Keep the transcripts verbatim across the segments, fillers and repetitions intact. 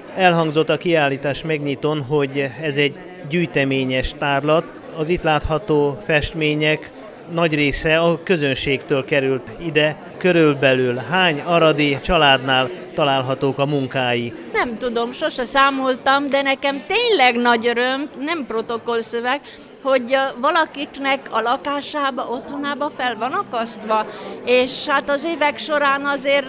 Elhangzott a kiállítás megnyitón, hogy ez egy gyűjteményes tárlat. Az itt látható festmények nagy része a közönségtől került ide. Körülbelül hány aradi családnál találhatók a munkái? Nem tudom, sose számoltam, de nekem tényleg nagy öröm, nem protokollszöveg, hogy valakiknek a lakásába, otthonába fel van akasztva, és hát az évek során azért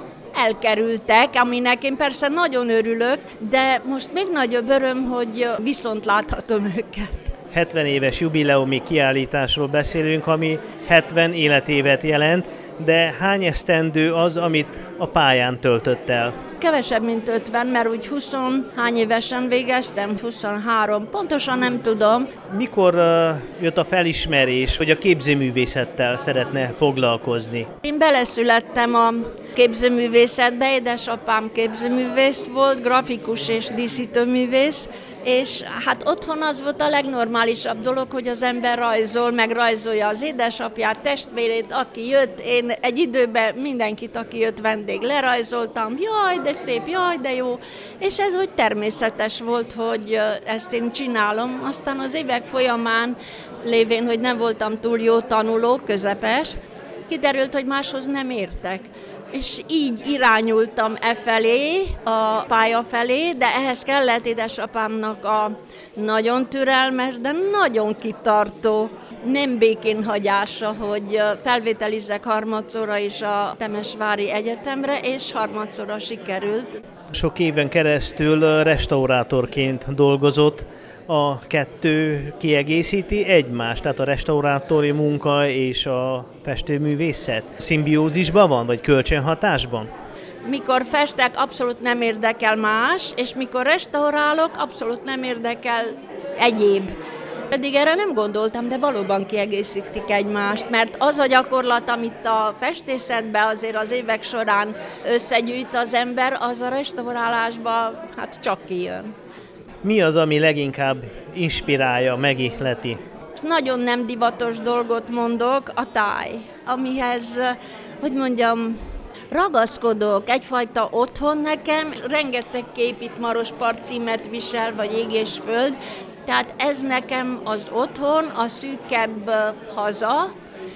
elkerültek, aminek én persze nagyon örülök, de most még nagyobb öröm, hogy viszont láthatom őket. hetven éves jubileumi kiállításról beszélünk, ami hetven életévet jelent, de hány esztendő az, amit a pályán töltött el? Kevesebb, mint ötven, mert úgy húsz hány évesen végeztem, huszonhárom, pontosan nem tudom. Mikor uh, jött a felismerés, hogy a képzőművészettel szeretne foglalkozni? Én beleszülettem a képzőművészetbe, édesapám képzőművész volt, grafikus és díszítőművész, és hát otthon az volt a legnormálisabb dolog, hogy az ember rajzol, meg rajzolja az édesapját, testvérét, aki jött. Én egy időben mindenkit, aki jött vendég, lerajzoltam, jaj, de szép, jaj, de jó. És ez úgy természetes volt, hogy ezt én csinálom. Aztán az évek folyamán, lévén, hogy nem voltam túl jó tanuló, közepes, kiderült, hogy máshoz nem értek. És így irányultam e felé, a pálya felé, de ehhez kellett édesapámnak a nagyon türelmes, de nagyon kitartó, nem békén hagyása, hogy felvételizzek harmadszorra is a Temesvári Egyetemre, és harmadszorra sikerült. Sok éven keresztül restaurátorként dolgozott. A kettő kiegészíti egymást, tehát a restaurátori munka és a festőművészet szimbiózisban van, vagy kölcsönhatásban? Mikor festek, abszolút nem érdekel más, és mikor restaurálok, abszolút nem érdekel egyéb. Pedig erre nem gondoltam, de valóban kiegészítik egymást, mert az a gyakorlat, amit a festészetben azért az évek során összegyűjt az ember, az a restaurálásban hát csak kijön. Mi az, ami leginkább inspirálja, megihleti? Nagyon nem divatos dolgot mondok, a táj, amihez, hogy mondjam, ragaszkodok, egyfajta otthon nekem, rengeteg kép itt Marospart címet visel, vagy Ég és Föld, tehát ez nekem az otthon, a szűkebb haza,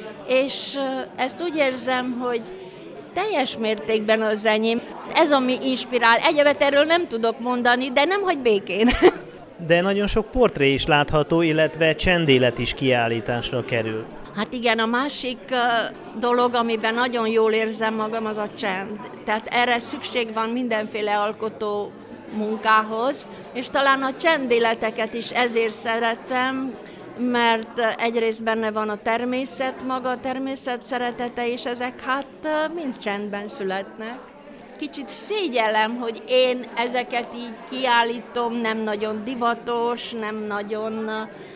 és ezt úgy érzem, hogy teljes mértékben az enyém. Ez, ami inspirál. Egyebet erről nem tudok mondani, de nem hagy békén. De nagyon sok portré is látható, illetve csendélet is kiállításra kerül. Hát igen, a másik dolog, amiben nagyon jól érzem magam, az a csend. Tehát erre szükség van mindenféle alkotó munkához, és talán a csendéleteket is ezért szeretem, mert egyrészt benne van a természet maga, a természet szeretete, és ezek hát mind csendben születnek. Kicsit szégyellem, hogy én ezeket így kiállítom, nem nagyon divatos, nem nagyon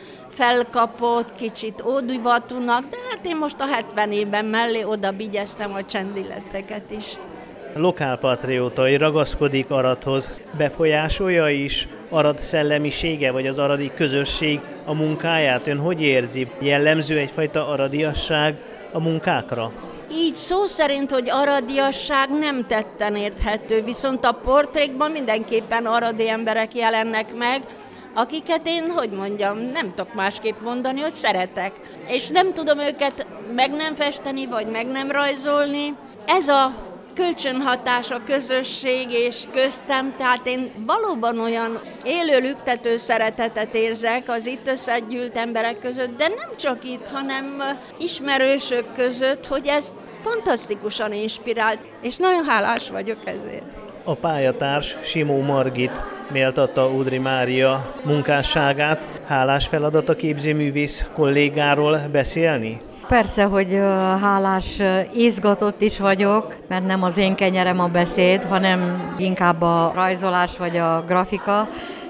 felkapott, kicsit ódivatúnak, de hát én most a hetven évben mellé oda vigyeztem a csendéleteket is. Lokálpatriótai ragaszkodik Aradhoz. Befolyásolja is Arad szellemisége, vagy az aradi közösség a munkáját? Ön hogy érzi? Jellemző egyfajta aradiasság a munkákra? Így szó szerint, hogy aradiasság nem tetten érthető, viszont a portrékban mindenképpen aradi emberek jelennek meg, akiket én, hogy mondjam, nem tudok másképp mondani, hogy szeretek. És nem tudom őket meg nem festeni, vagy meg nem rajzolni. Ez a kölcsönhatás, a közösség és köztem, tehát én valóban olyan élő lüktető szeretetet érzek az itt összegyűlt emberek között, de nem csak itt, hanem ismerősök között, hogy ez fantasztikusan inspirált, és nagyon hálás vagyok ezért. A pályatárs Simó Margit méltatta Udry Mária munkásságát. Hálás feladat a képzőművész kollégáról beszélni? Persze, hogy hálás, izgatott is vagyok, mert nem az én kenyerem a beszéd, hanem inkább a rajzolás vagy a grafika,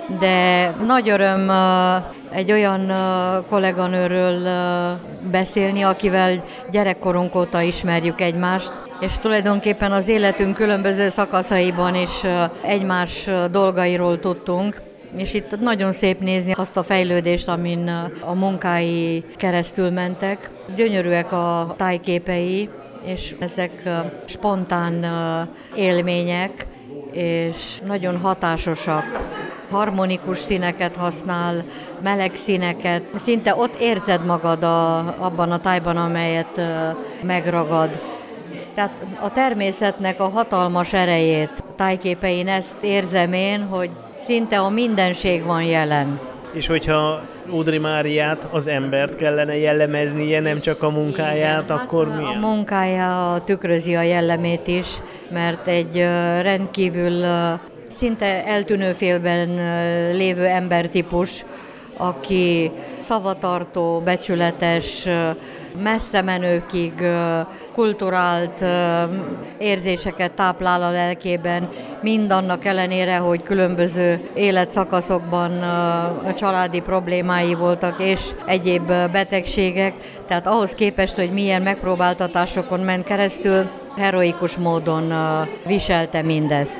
de nagy öröm egy olyan kolléganőről beszélni, akivel gyerekkorunk óta ismerjük egymást, és tulajdonképpen az életünk különböző szakaszaiban is egymás dolgairól tudtunk, és itt nagyon szép nézni azt a fejlődést, amin a munkái keresztül mentek. Gyönyörűek a tájképei, és ezek spontán élmények, és nagyon hatásosak. Harmonikus színeket használ, meleg színeket. Szinte ott érzed magad a, abban a tájban, amelyet uh, megragad. Tehát a természetnek a hatalmas erejét tájképein ezt érzem én, hogy szinte a mindenség van jelen. És hogyha Ódry Máriát, az embert kellene jellemeznie, nem csak a munkáját, igen, akkor hát milyen? A munkája tükrözi a jellemét is, mert egy rendkívül szinte eltűnő félben lévő embertípus, aki szavatartó, becsületes, messze menőkig kulturált érzéseket táplál a lelkében, mindannak ellenére, hogy különböző életszakaszokban családi problémái voltak és egyéb betegségek, tehát ahhoz képest, hogy milyen megpróbáltatásokon ment keresztül, heroikus módon viselte mindezt.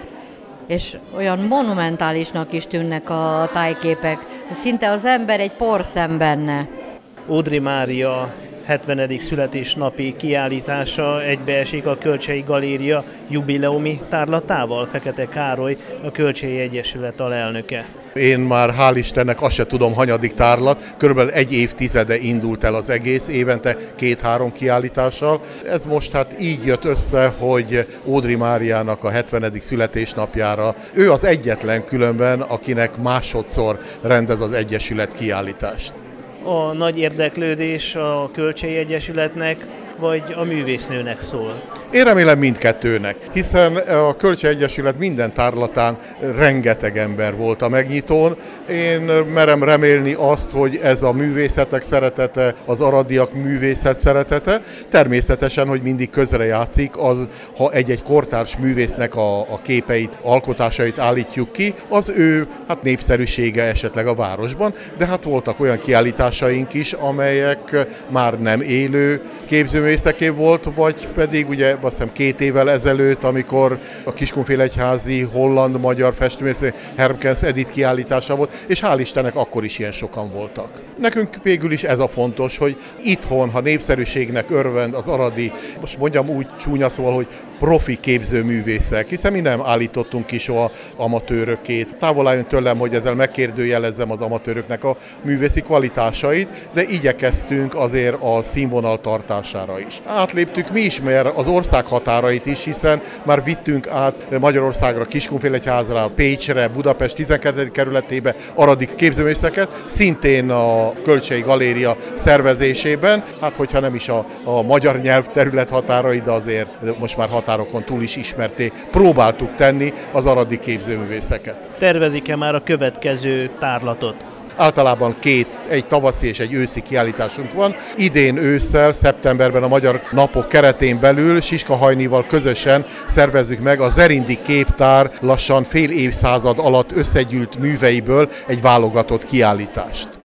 És olyan monumentálisnak is tűnnek a tájképek. Szinte az ember egy porszem benne. Ódry Mária hetvenedik születésnapi kiállítása egybeesik a Kölcsey Galéria jubileumi tárlatával. Fekete Károly, a Kölcsey Egyesület alelnöke. Én már hál' Istennek azt se tudom, hanyadik tárlat, körülbelül egy évtizede indult el az egész, évente két-három kiállítással. Ez most hát így jött össze, hogy Ódry Máriának a hetvenedik születésnapjára ő az egyetlen különben, akinek másodszor rendez az Egyesület kiállítást. A nagy érdeklődés a Kölcsey Egyesületnek vagy a művésznőnek szól? Én remélem mindkettőnek, hiszen a Kölcsey Egyesület minden tárlatán rengeteg ember volt a megnyitón. Én merem remélni azt, hogy ez a művészetek szeretete, az aradiak művészet szeretete, természetesen, hogy mindig közrejátszik, az, ha egy-egy kortárs művésznek a, a képeit, alkotásait állítjuk ki, az ő hát népszerűsége esetleg a városban, de hát voltak olyan kiállításaink is, amelyek már nem élő képzőművészeké volt, vagy pedig ugye azt hiszem két évvel ezelőtt, amikor a Kiskunfélegyházi holland-magyar festőművész Hermkens Edith kiállítása volt, és hál' Istennek akkor is ilyen sokan voltak. Nekünk végül is ez a fontos, hogy itthon, ha népszerűségnek örvend az aradi, most mondjam úgy csúnya szóval, hogy profi képzőművészek, hiszen mi nem állítottunk ki soha amatőrökét. Távol álljon tőlem, hogy ezzel megkérdőjelezzem az amatőröknek a művészi kvalitásait, de igyekeztünk azért a színvonal tartására is. Átléptük mi is, mert az ország határait is, hiszen már vittünk át Magyarországra, Kiskunfélegyházra, Pécsre, Budapest tizenkettedik kerületébe aradi képzőművészeket, szintén a Kölcsey Galéria szervezésében, hát hogyha nem is a, a magyar nyelvterület határai, de azért most már határokon túl is ismerté próbáltuk tenni az aradi képzőművészeket. Tervezik-e már a következő tárlatot? Általában két, egy tavaszi és egy őszi kiállításunk van. Idén ősszel, szeptemberben a Magyar Napok keretén belül Siska Hajnival közösen szervezzük meg a Zerindi Képtár lassan fél évszázad alatt összegyűlt műveiből egy válogatott kiállítást.